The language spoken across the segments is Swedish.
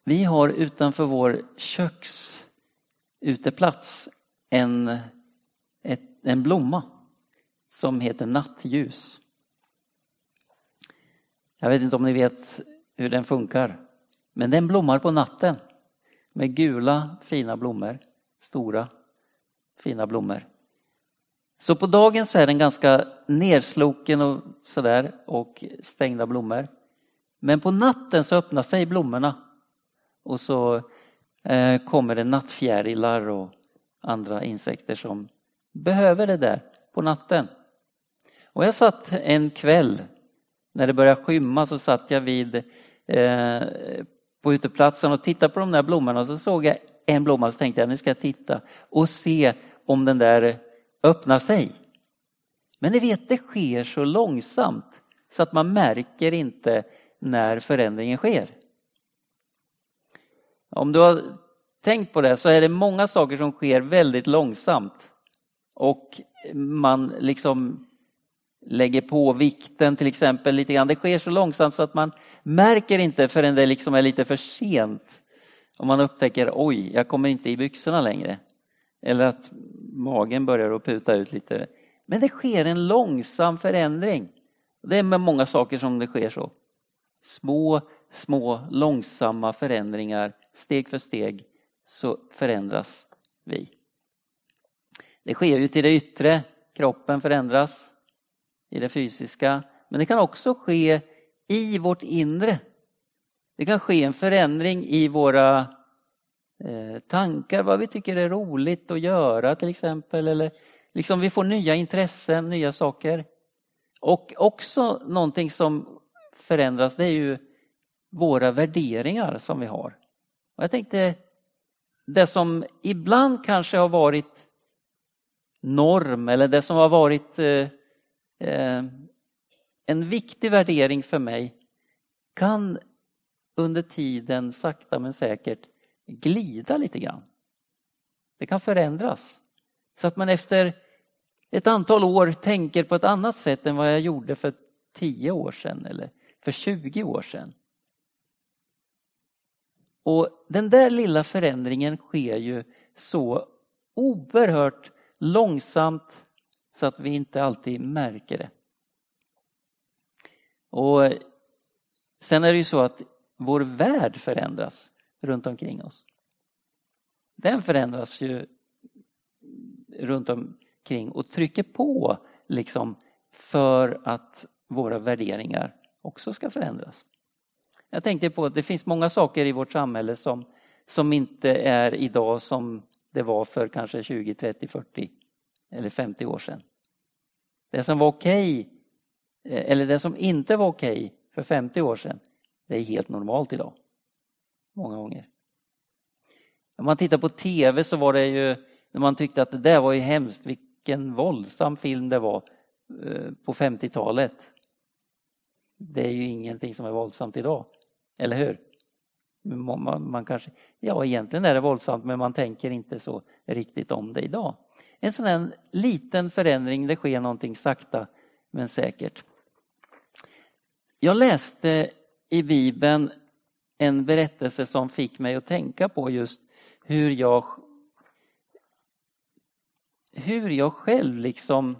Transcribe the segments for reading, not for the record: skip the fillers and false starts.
Vi har utanför vår köksuteplats en blomma som heter nattljus. Jag vet inte om ni vet hur den funkar. Men den blommar på natten med gula fina blommor. Stora fina blommor. Så på dagen så är den ganska nersloken och sådär och stängda blommor. Men på natten så öppnar sig blommorna. Och så kommer det nattfjärilar och andra insekter som behöver det där på natten. Och jag satt en kväll när det började skymma, så satt jag på uteplatsen och tittade på de där blommorna. Och så såg jag en blomma och så tänkte jag, nu ska jag titta och se om den där öppnar sig. Men ni vet, det sker så långsamt så att man märker inte när förändringen sker. Om du har tänkt på det så är det många saker som sker väldigt långsamt. Och man liksom lägger på vikten till exempel lite grann. Det sker så långsamt så att man märker inte förrän det liksom är lite för sent. Om man upptäcker, oj, jag kommer inte i byxorna längre. Eller att magen börjar att puta ut lite. Men det sker en långsam förändring. Det är med många saker som det sker så. Små långsamma förändringar. Steg för steg så förändras vi. Det sker ju till det yttre. Kroppen förändras i det fysiska. Men det kan också ske i vårt inre. Det kan ske en förändring i våra tankar. Vad vi tycker är roligt att göra till exempel. Eller liksom vi får nya intressen, nya saker. Och också någonting som förändras, det är ju våra värderingar som vi har. Och jag tänkte, det som ibland kanske har varit norm eller det som har varit en viktig värdering för mig kan under tiden sakta men säkert glida lite grann. Det kan förändras. Så att man efter ett antal år tänker på ett annat sätt än vad jag gjorde för 10 år sedan eller för 20 år sedan. Och den där lilla förändringen sker ju så oerhört långsamt så att vi inte alltid märker det. Och sen är det ju så att vår värld förändras runt omkring oss. Den förändras ju runt omkring och trycker på liksom för att våra värderingar också ska förändras. Jag tänkte på att det finns många saker i vårt samhälle som inte är idag som det var för kanske 20, 30, 40 eller 50 år sedan. Det som var okej eller det som inte var okej för 50 år sedan, det är helt normalt idag. Många gånger. När man tittar på tv så var det ju, när man tyckte att det där var ju hemskt, vilken våldsam film det var på 50-talet. Det är ju ingenting som är våldsamt idag. Eller hur? Man kanske, ja egentligen är det våldsamt men man tänker inte så riktigt om det idag. En sån här liten förändring, det sker någonting sakta men säkert. Jag läste i Bibeln en berättelse som fick mig att tänka på just hur jag själv liksom,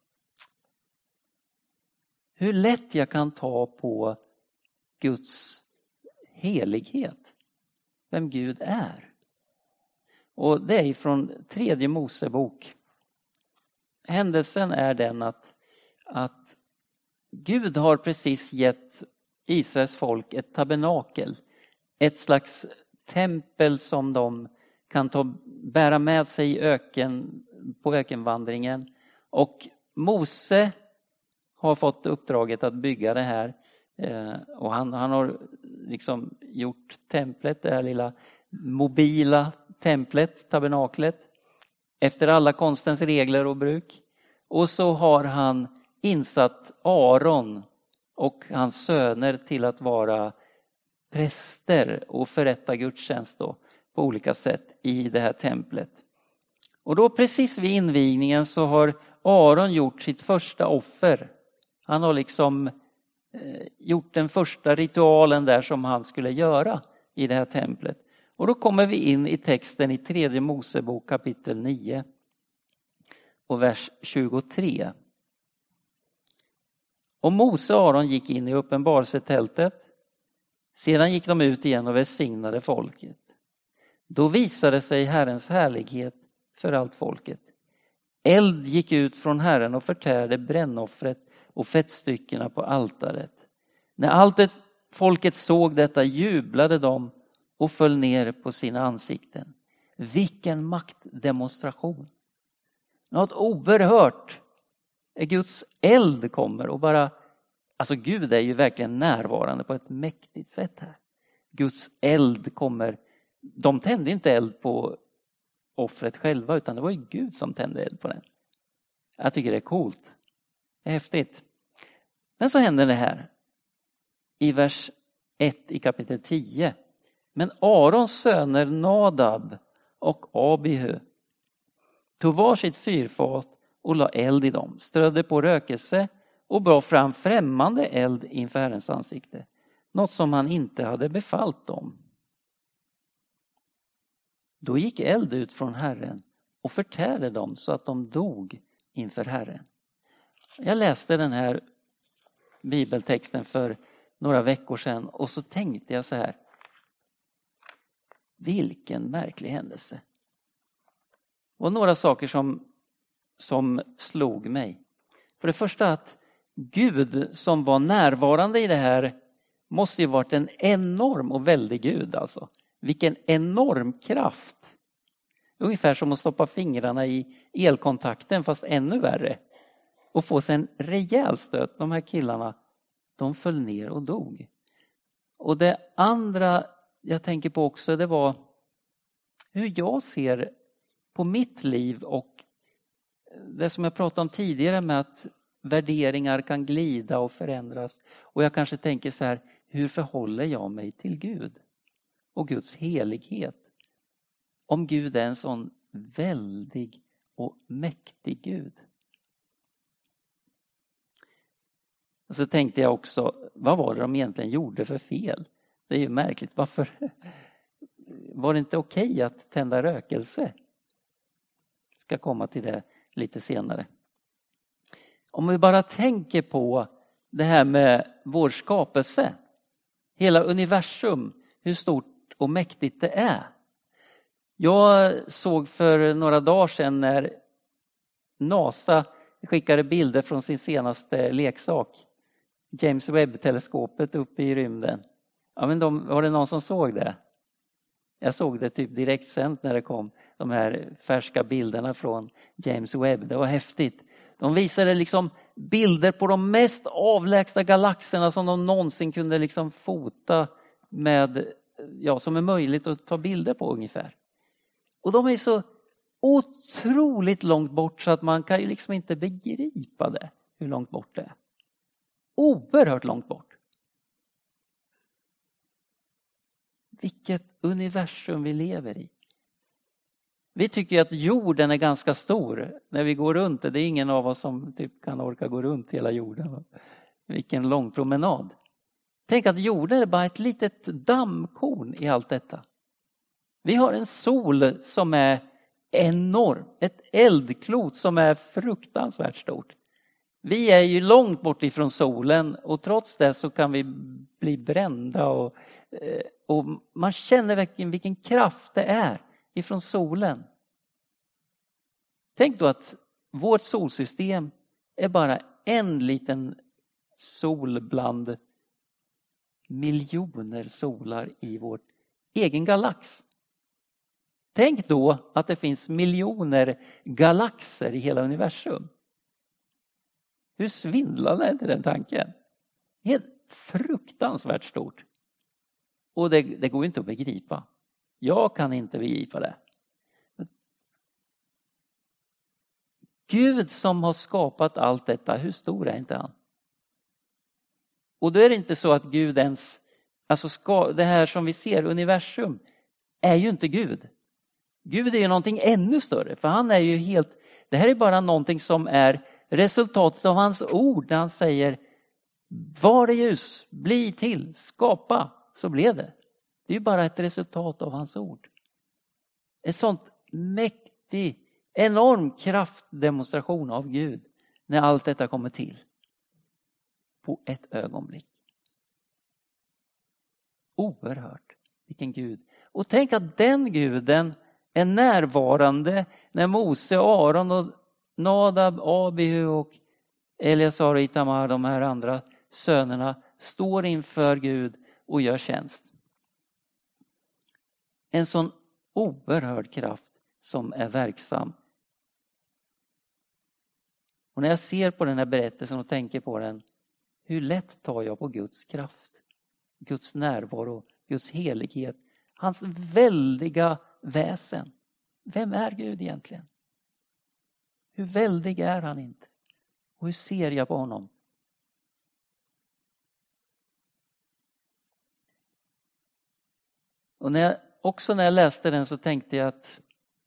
hur lätt jag kan ta på Guds helighet. Vem Gud är. Och det är från 3:e Mosebok. Händelsen är den att Gud har precis gett Israels folk ett tabernakel. Ett slags tempel som de kan bära med sig på ökenvandringen. Och Mose har fått uppdraget att bygga det här. Och han har liksom gjort templet, det här lilla mobila templet, tabernaklet. Efter alla konstens regler och bruk. Och så har han insatt Aron och hans söner till att vara präster och förrätta gudstjänst då, på olika sätt i det här templet. Och då precis vid invigningen så har Aron gjort sitt första offer. Han har liksom gjort den första ritualen där som han skulle göra i det här templet. Och då kommer vi in i texten i 3 Mosebok kapitel 9 och vers 23. Och Mose och Aron gick in i uppenbarelsetältet. Sedan gick de ut igen och välsignade folket. Då visade sig Herrens härlighet för allt folket. Eld gick ut från Herren och förtärde brännoffret och fettstyckena på altaret. När allt folket såg detta jublade de och föll ner på sina ansikten. Vilken maktdemonstration! Något oerhört. Guds eld kommer och bara... Alltså Gud är ju verkligen närvarande på ett mäktigt sätt här. Guds eld kommer... De tände inte eld på offret själva, utan det var ju Gud som tände eld på den. Jag tycker det är coolt. Det är häftigt. Men så händer det här. I vers 1 i kapitel 10. Men Arons söner Nadab och Abihu tog var sitt fyrfat och la eld i dem. Strödde på rökelse och bar fram främmande eld inför Herrens ansikte. Något som han inte hade befallt dem. Då gick eld ut från Herren och förtärde dem så att de dog inför Herren. Jag läste den här bibeltexten för några veckor sedan och så tänkte jag så här. Vilken märklig händelse. Och några saker som slog mig. För det första att Gud som var närvarande i det här måste ju varit en enorm och väldig Gud alltså. Vilken enorm kraft. Ungefär som att stoppa fingrarna i elkontakten fast ännu värre. Och få sig en rejäl stöt. De här killarna, de föll ner och dog. Och det andra jag tänker på också, det var hur jag ser på mitt liv och det som jag pratade om tidigare med att värderingar kan glida och förändras. Och jag kanske tänker så här, hur förhåller jag mig till Gud och Guds helighet? Om Gud är en sån väldig och mäktig Gud. Och så tänkte jag också, vad var det de egentligen gjorde för fel? Det är ju märkligt, varför var det inte okej att tända rökelse? Jag ska komma till det lite senare. Om vi bara tänker på det här med vår skapelse, hela universum, hur stort och mäktigt det är. Jag såg för några dagar sedan när NASA skickade bilder från sin senaste leksak, James Webb-teleskopet uppe i rymden. Ja, men var det någon som såg det? Jag såg det typ direkt sänt när det kom de här färska bilderna från James Webb. Det var häftigt. De visade liksom bilder på de mest avlägsna galaxerna som de någonsin kunde liksom fota med, ja, som är möjligt att ta bilder på ungefär. Och de är så otroligt långt bort så att man kan ju liksom inte begripa det, hur långt bort det är. Oerhört långt bort. Vilket universum vi lever i. Vi tycker att jorden är ganska stor när vi går runt. Det är ingen av oss som typ kan orka gå runt hela jorden. Vilken lång promenad. Tänk att jorden är bara ett litet dammkorn i allt detta. Vi har en sol som är enorm. Ett eldklot som är fruktansvärt stort. Vi är ju långt bort ifrån solen och trots det så kan vi bli brända och man känner verkligen vilken kraft det är ifrån solen. Tänk då att vårt solsystem är bara en liten sol bland miljoner solar i vår egen galax. Tänk då att det finns miljoner galaxer i hela universum. Hur svindlande är inte den tanken? Helt fruktansvärt stort. Och det går inte att begripa. Jag kan inte begripa det. Gud som har skapat allt detta, hur stor är inte han? Och då är det inte så att Gud ens, alltså det här som vi ser, universum, är ju inte Gud. Gud är ju någonting ännu större, för han är ju helt, det här är bara någonting som är resultatet av hans ord när han säger var det ljus, bli till, skapa, så blev det. Det är ju bara ett resultat av hans ord. Ett sånt mäktig, enorm kraftdemonstration av Gud när allt detta kommer till. På ett ögonblick. Oerhört. Vilken Gud. Och tänk att den guden är närvarande när Mose, Aron och Nadab, Abihu och Eleazar och Itamar, de här andra sönerna, står inför Gud och gör tjänst. En sån oerhörd kraft som är verksam. Och när jag ser på den här berättelsen och tänker på den, hur lätt tar jag på Guds kraft? Guds närvaro, Guds helighet, hans väldiga väsen. Vem är Gud egentligen? Hur väldig är han inte? Och hur ser jag på honom? Och när jag läste den så tänkte jag att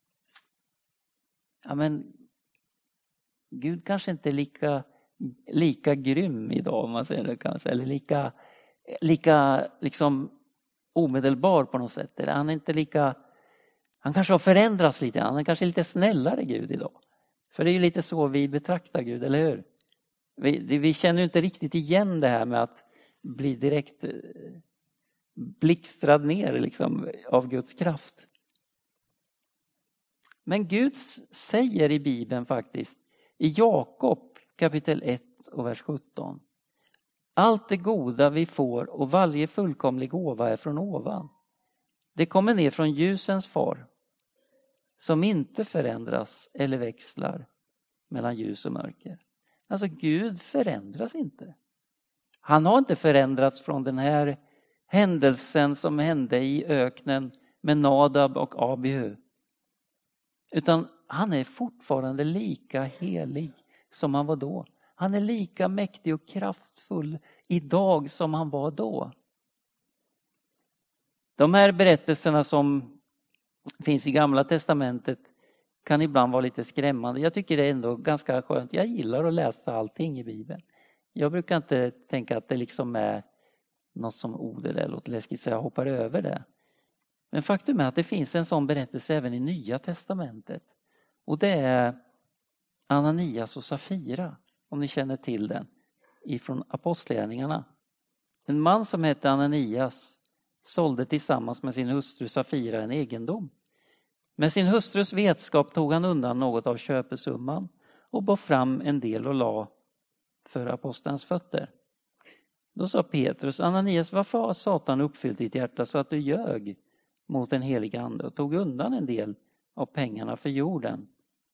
Gud kanske inte är lika grym idag, om man säger det kanske, eller lika liksom omedelbar på något sätt. Eller han kanske har förändrats lite, han är kanske lite snällare Gud idag. För det är ju lite så vi betraktar Gud, eller hur? Vi känner ju inte riktigt igen det här med att bli direkt blixtrad ner liksom, av Guds kraft. Men Gud säger i Bibeln faktiskt, i Jakob kapitel 1 och vers 17. Allt det goda vi får och varje fullkomlig gåva är från ovan. Det kommer ner från ljusens far, som inte förändras eller växlar mellan ljus och mörker. Alltså Gud förändras inte. Han har inte förändrats från den här händelsen som hände i öknen med Nadab och Abihu. Utan han är fortfarande lika helig som han var då. Han är lika mäktig och kraftfull idag som han var då. De här berättelserna som finns i Gamla testamentet kan ibland vara lite skrämmande. Jag tycker det är ändå ganska skönt. Jag gillar att läsa allting i Bibeln. Jag brukar inte tänka att det liksom är något som det där låter läskigt så jag hoppar över det. Men faktum är att det finns en sån berättelse även i Nya testamentet. Och det är Ananias och Safira, om ni känner till den, ifrån Apostlagärningarna. En man som hette Ananias sålde tillsammans med sin hustru Safira en egendom. Med sin hustrus vetskap tog han undan något av köpesumman och bar fram en del och la för apostelns fötter. Då sa Petrus, Ananias, varför har Satan uppfyllt ditt hjärta så att du ljög mot en helig ande och tog undan en del av pengarna för jorden?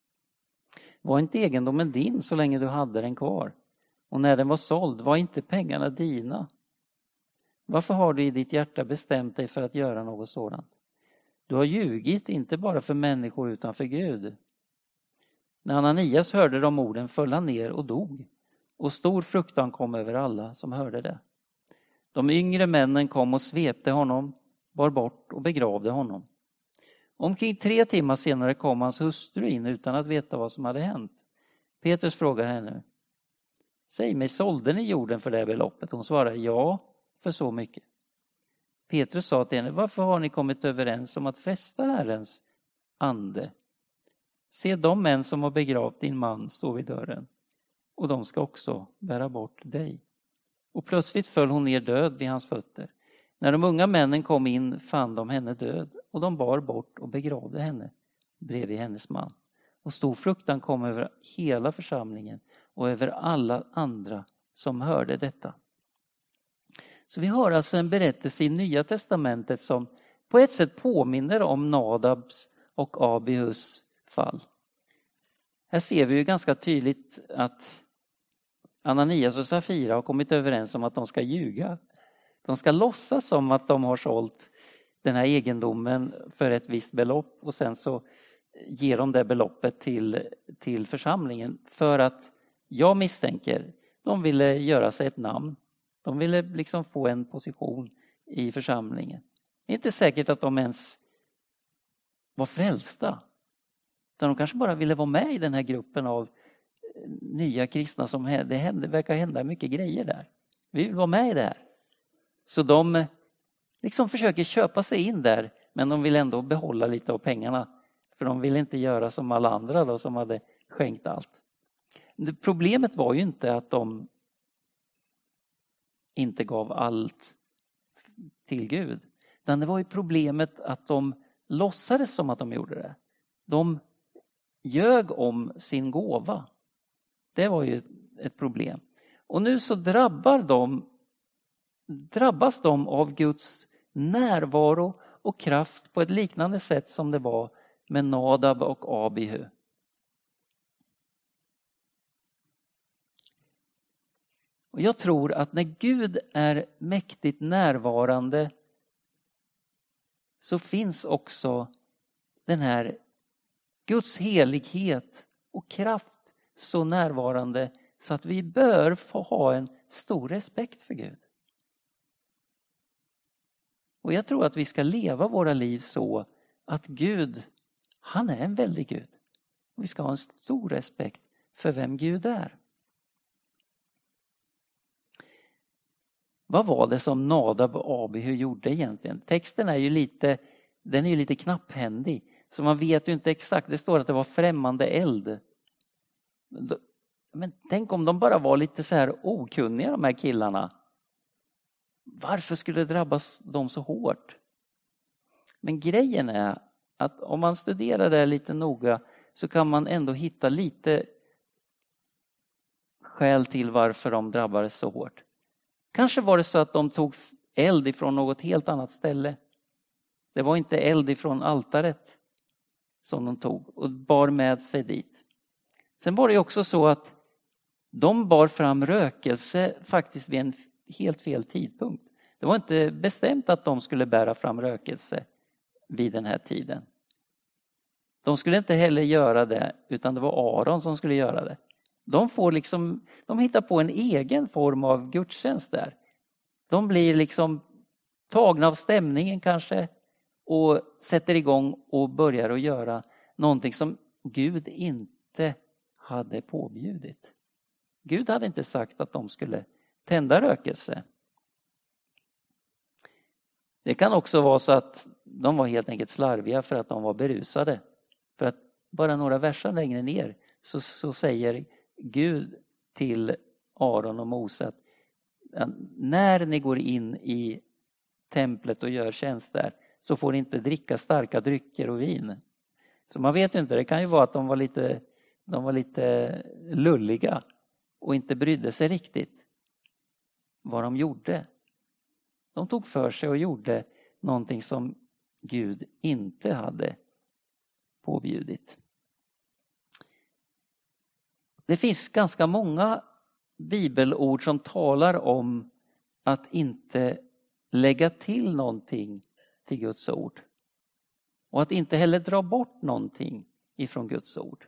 Var inte egendomen din så länge du hade den kvar? Och när den var såld var inte pengarna dina? Varför har du i ditt hjärta bestämt dig för att göra något sådant? Du har ljugit inte bara för människor utan för Gud. När Ananias hörde de orden föll han ner och dog. Och stor fruktan kom över alla som hörde det. De yngre männen kom och svepte honom, bar bort och begravde honom. Omkring 3 timmar senare kom hans hustru in utan att veta vad som hade hänt. Petrus frågade henne, säg mig, sålde ni jorden för det beloppet? Hon svarade, ja, för så mycket. Petrus sa till henne, varför har ni kommit överens om att fresta Herrens ande? Se, de män som har begravt din man står vid dörren. Och de ska också bära bort dig. Och plötsligt föll hon ner död vid hans fötter. När de unga männen kom in fann de henne död. Och de bar bort och begravde henne bredvid hennes man. Och stor fruktan kom över hela församlingen och över alla andra som hörde detta. Så vi har alltså en berättelse i Nya testamentet som på ett sätt påminner om Nadabs och Abihus fall. Här ser vi ju ganska tydligt att Ananias och Safira har kommit överens om att de ska ljuga. De ska låtsas som att de har sålt den här egendomen för ett visst belopp och sen så ger de det beloppet till församlingen för att jag misstänker de ville göra sig ett namn. De ville liksom få en position i församlingen. Det är inte säkert att de ens var frälsta. Utan de kanske bara ville vara med i den här gruppen av nya kristna som det verkar hända mycket grejer där. Vi vill vara med i det här. Så de liksom försöker köpa sig in där, men de vill ändå behålla lite av pengarna. För de vill inte göra som alla andra då, som hade skänkt allt. Problemet var ju inte att de inte gav allt till Gud. Utan det var ju problemet att de låtsades som att de gjorde det. De ljög om sin gåva. Det var ju ett problem. Och nu så drabbas de av Guds närvaro och kraft på ett liknande sätt som det var med Nadab och Abihu. Och jag tror att när Gud är mäktigt närvarande så finns också den här Guds helighet och kraft så närvarande så att vi bör få ha en stor respekt för Gud. Och jag tror att vi ska leva våra liv så att Gud, han är en väldig Gud. Vi ska ha en stor respekt för vem Gud är. Vad var det som Nadab och Abihu gjorde egentligen? Texten är ju lite knapphändig. Så man vet ju inte exakt. Det står att det var främmande eld. Men tänk om de bara var lite så här okunniga, de här killarna. Varför skulle det drabbas dem så hårt? Men grejen är att om man studerar det lite noga så kan man ändå hitta lite skäl till varför de drabbades så hårt. Kanske var det så att de tog eld ifrån något helt annat ställe. Det var inte eld ifrån altaret som de tog och bar med sig dit. Sen var det också så att de bar fram rökelse faktiskt vid en helt fel tidpunkt. Det var inte bestämt att de skulle bära fram rökelse vid den här tiden. De skulle inte heller göra det, utan det var Aron som skulle göra det. De hittar på en egen form av gudstjänst där. De blir liksom tagna av stämningen kanske och sätter igång och börjar att göra någonting som Gud inte hade påbjudit. Gud hade inte sagt att de skulle tända rökelse. Det kan också vara så att de var helt enkelt slarviga för att de var berusade. För att bara några verser längre ner så säger Gud till Aron och Mose att när ni går in i templet och gör tjänst där så får ni inte dricka starka drycker och vin. Så man vet ju inte, det kan ju vara att de var lite lulliga och inte brydde sig riktigt vad de gjorde. De tog för sig och gjorde någonting som Gud inte hade påbjudit. Det finns ganska många bibelord som talar om att inte lägga till någonting till Guds ord. Och att inte heller dra bort någonting ifrån Guds ord.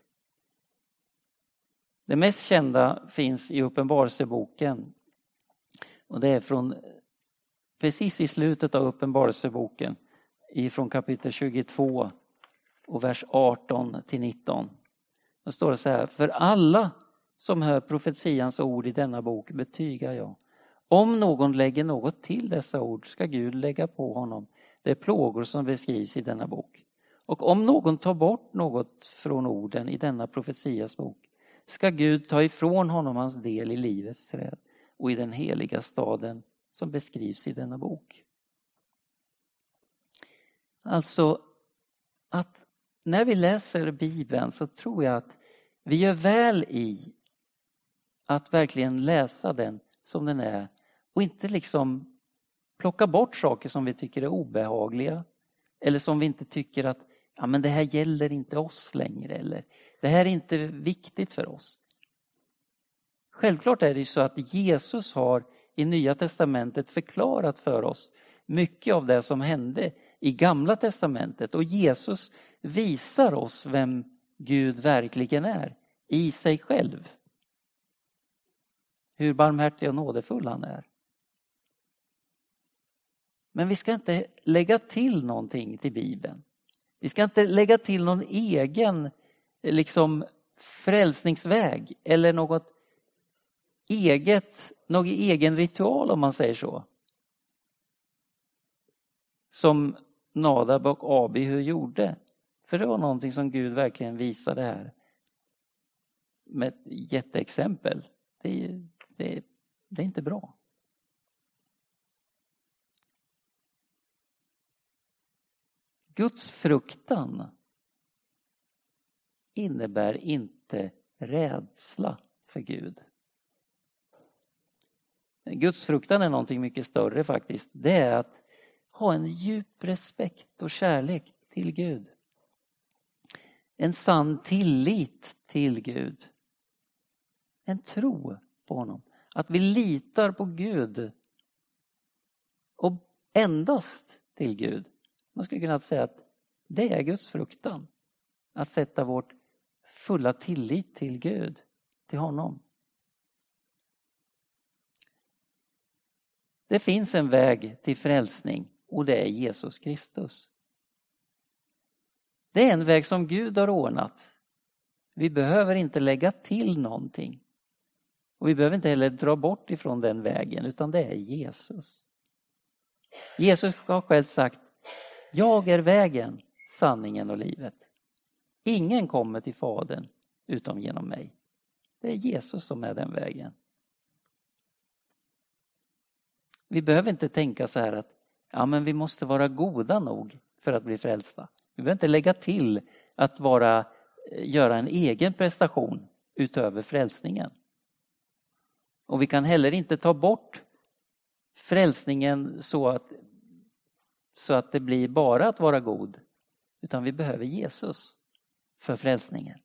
Det mest kända finns i Uppenbarelseboken. Och det är från precis i slutet av Uppenbarelseboken. Ifrån kapitel 22 och vers 18 till 19. Då står det så här: för alla som hör profetians ord i denna bok betygar jag. Om någon lägger något till dessa ord ska Gud lägga på honom de plågor som beskrivs i denna bok. Och om någon tar bort något från orden i denna profetias bok ska Gud ta ifrån honom hans del i livets träd och i den heliga staden som beskrivs i denna bok. Alltså att när vi läser Bibeln så tror jag att vi gör väl i att verkligen läsa den som den är och inte liksom plocka bort saker som vi tycker är obehagliga eller som vi inte tycker att ja, men det här gäller inte oss längre eller det här är inte viktigt för oss. Självklart är det så att Jesus har i Nya testamentet förklarat för oss mycket av det som hände i Gamla testamentet och Jesus visar oss vem Gud verkligen är i sig själv. Hur barmhärtig och nådefull han är. Men vi ska inte lägga till någonting till Bibeln. Vi ska inte lägga till någon egen frälsningsväg eller någon egen ritual om man säger så. som Nadab och Abihu gjorde. För det var någonting som Gud verkligen visade här. Med ett jätteexempel. Det är inte bra. Guds fruktan innebär inte rädsla för Gud. Guds fruktan är någonting mycket större faktiskt. Det är att ha en djup respekt och kärlek till Gud. En sann tillit till Gud. En tro på honom. Att vi litar på Gud. Och endast till Gud. Man skulle kunna säga att det är Guds fruktan. Att sätta vårt fulla tillit till Gud. Till honom. Det finns en väg till frälsning. Och det är Jesus Kristus. Det är en väg som Gud har ordnat. Vi behöver inte lägga till någonting. Och vi behöver inte heller dra bort ifrån den vägen, utan det är Jesus. Jesus har själv sagt, jag är vägen, sanningen och livet. Ingen kommer till Fadern utom genom mig. Det är Jesus som är den vägen. Vi behöver inte tänka så här att men vi måste vara goda nog för att bli frälsta. Vi behöver inte lägga till att göra en egen prestation utöver frälsningen. Och vi kan heller inte ta bort frälsningen så att det blir bara att vara god. Utan vi behöver Jesus för frälsningen.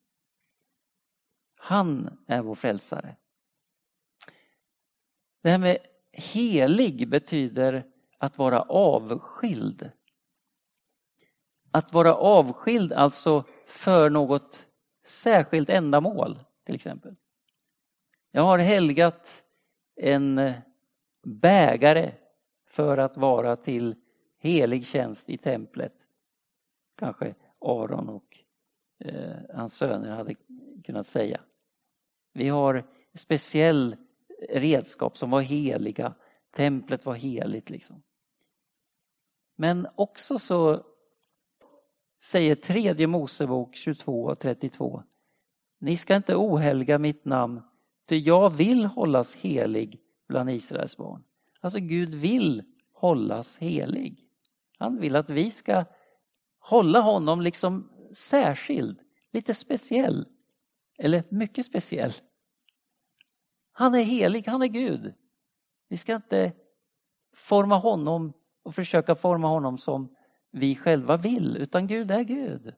Han är vår frälsare. Det här med helig betyder att vara avskild. Att vara avskild alltså för något särskilt ändamål till exempel. Jag har helgat en bägare för att vara till helig tjänst i templet. Kanske Aron och hans söner hade kunnat säga. Vi har speciell redskap som var heliga. Templet var heligt liksom. Men också så säger 3 Mosebok 22:32. Ni ska inte ohelga mitt namn. För jag vill hållas helig bland Israels barn. Alltså Gud vill hållas helig. Han vill att vi ska hålla honom liksom särskild. Lite speciell. Eller mycket speciell. Han är helig, han är Gud. Vi ska inte forma honom och försöka forma honom som vi själva vill. Utan Gud är Gud.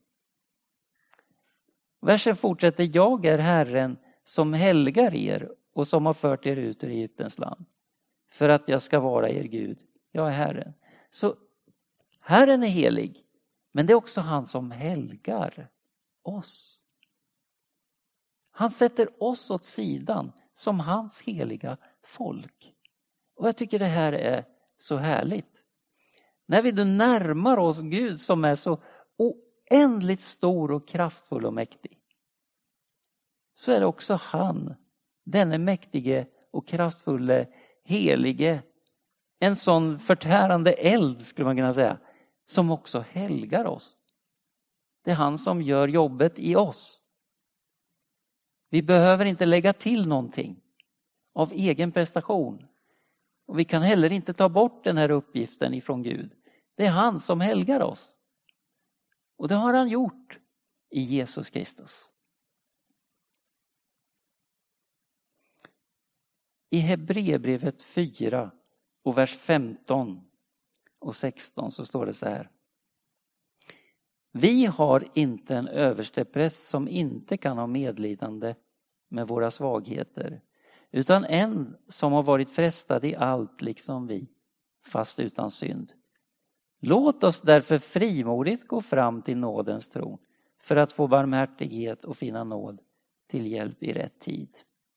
Versen fortsätter. Jag är Herren som helgar er och som har fört er ut ur Egyptens land. För att jag ska vara er Gud. Jag är Herren. Så Herren är helig. Men det är också han som helgar oss. Han sätter oss åt sidan som hans heliga folk. Och jag tycker det här är så härligt. När vi då närmar oss Gud som är så oändligt stor och kraftfull och mäktig. Så är det också han, denne mäktige och kraftfulle, helige. En sån förtärande eld skulle man kunna säga. Som också helgar oss. Det är han som gör jobbet i oss. Vi behöver inte lägga till någonting av egen prestation. Och vi kan heller inte ta bort den här uppgiften ifrån Gud. Det är han som helgar oss. Och det har han gjort i Jesus Kristus. I Hebreerbrevet 4 och vers 15 och 16 så står det så här. Vi har inte en överstepräst som inte kan ha medlidande med våra svagheter. Utan en som har varit frestad i allt liksom vi, fast utan synd. Låt oss därför frimodigt gå fram till nådens tron för att få barmhärtighet och finna nåd till hjälp i rätt tid.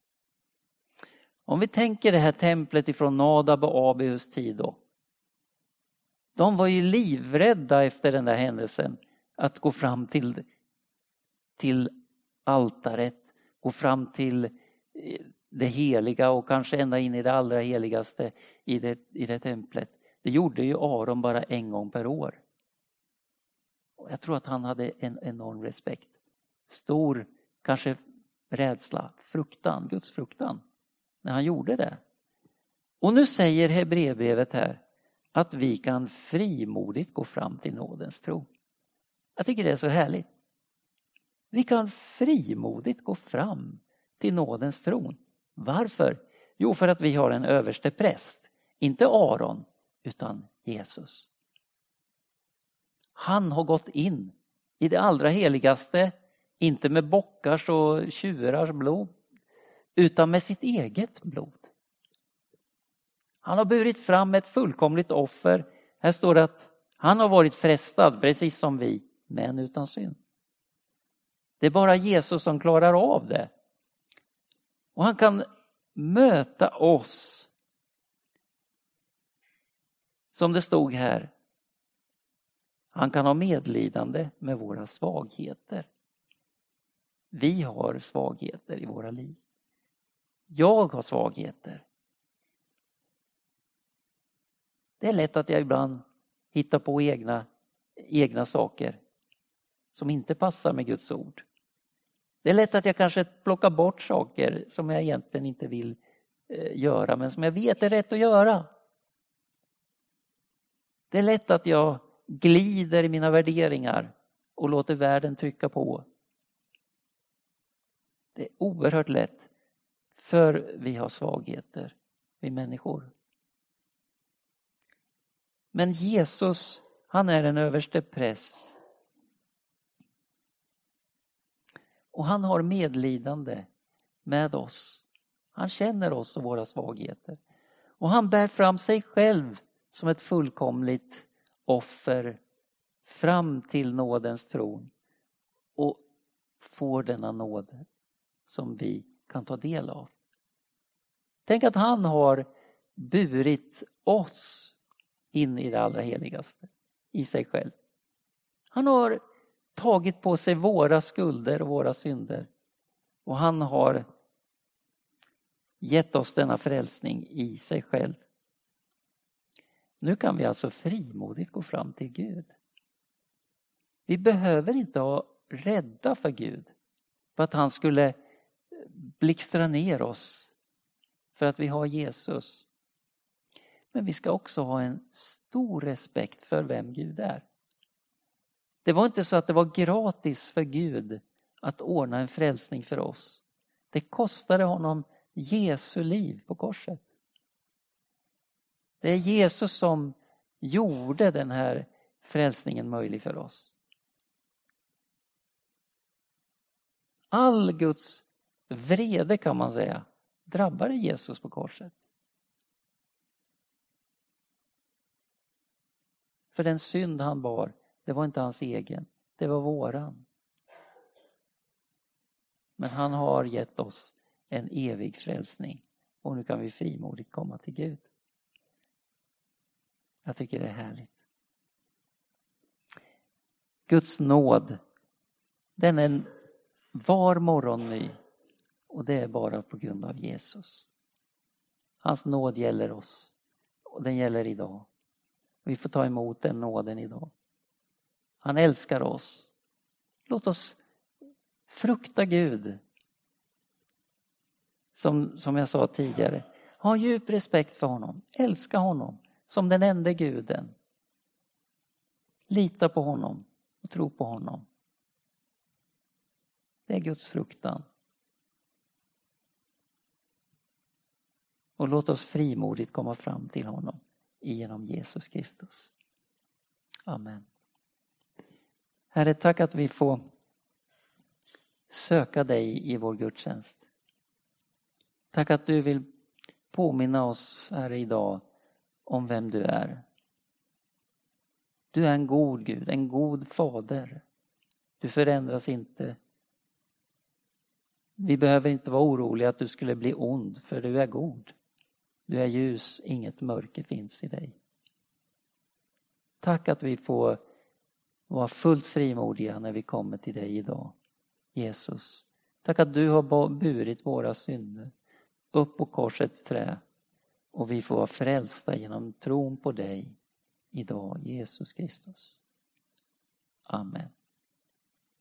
Om vi tänker det här templet ifrån Nadab och Abihus tid då. De var ju livrädda efter den där händelsen att gå fram till altaret, gå fram till det heliga och kanske ända in i det allra heligaste i det templet. Det gjorde ju Aron bara en gång per år. Och jag tror att han hade en enorm respekt. Stor, kanske rädsla, fruktan, Guds fruktan. När han gjorde det. Och nu säger Hebreerbrevet här att vi kan frimodigt gå fram till nådens tro. Jag tycker det är så härligt. Vi kan frimodigt gå fram till nådens tron. Varför? Jo, för att vi har en överste präst. Inte Aron, utan Jesus. Han har gått in i det allra heligaste, inte med bockars och tjurars blod, utan med sitt eget blod. Han har burit fram ett fullkomligt offer. Här står det att han har varit frestad, precis som vi, men utan synd. Det är bara Jesus som klarar av det. Och han kan möta oss. Som det stod här. Han kan ha medlidande med våra svagheter. Vi har svagheter i våra liv. Jag har svagheter. Det är lätt att jag ibland hittar på egna saker som inte passar med Guds ord. Det är lätt att jag kanske plockar bort saker som jag egentligen inte vill göra, men som jag vet är rätt att göra. Det är lätt att jag glider i mina värderingar och låter världen trycka på. Det är oerhört lätt, för vi har svagheter, vi människor. Men Jesus, han är en överste präst. Och han har medlidande med oss. Han känner oss och våra svagheter. Och han bär fram sig själv som ett fullkomligt offer fram till nådens tron. Och får denna nåd som vi kan ta del av. Tänk att han har burit oss in i det allra heligaste i sig själv. Han har tagit på sig våra skulder och våra synder. Och han har gett oss denna frälsning i sig själv. Nu kan vi alltså frimodigt gå fram till Gud. Vi behöver inte vara rädda för Gud. För att han skulle blixtra ner oss. För att vi har Jesus. Men vi ska också ha en stor respekt för vem Gud är. Det var inte så att det var gratis för Gud att ordna en frälsning för oss. Det kostade honom Jesu liv på korset. Det är Jesus som gjorde den här frälsningen möjlig för oss. All Guds vrede, kan man säga, drabbade Jesus på korset. För den synd han bar, det var inte hans egen, det var våran. Men han har gett oss en evig frälsning. Och nu kan vi frimodigt komma till Gud. Jag tycker det är härligt. Guds nåd, den är var morgon ny. Och det är bara på grund av Jesus. Hans nåd gäller oss. Och den gäller idag. Vi får ta emot den nåden idag. Han älskar oss. Låt oss frukta Gud. Som jag sa tidigare. Ha djup respekt för honom. Älska honom som den enda guden. Lita på honom och tro på honom. Det är Guds fruktan. Och låt oss frimodigt komma fram till honom genom Jesus Kristus. Amen. Herre, tack att vi får söka dig i vår gudstjänst. Tack att du vill påminna oss här idag om vem du är. Du är en god Gud, en god fader. Du förändras inte. Vi behöver inte vara oroliga att du skulle bli ond, för du är god. Du är ljus, inget mörker finns i dig. Tack att vi får vara fullt frimodiga när vi kommer till dig idag, Jesus. Tack att du har burit våra synder upp på korsets trä Och vi får vara frälsta genom tron på dig idag, Jesus Kristus. Amen.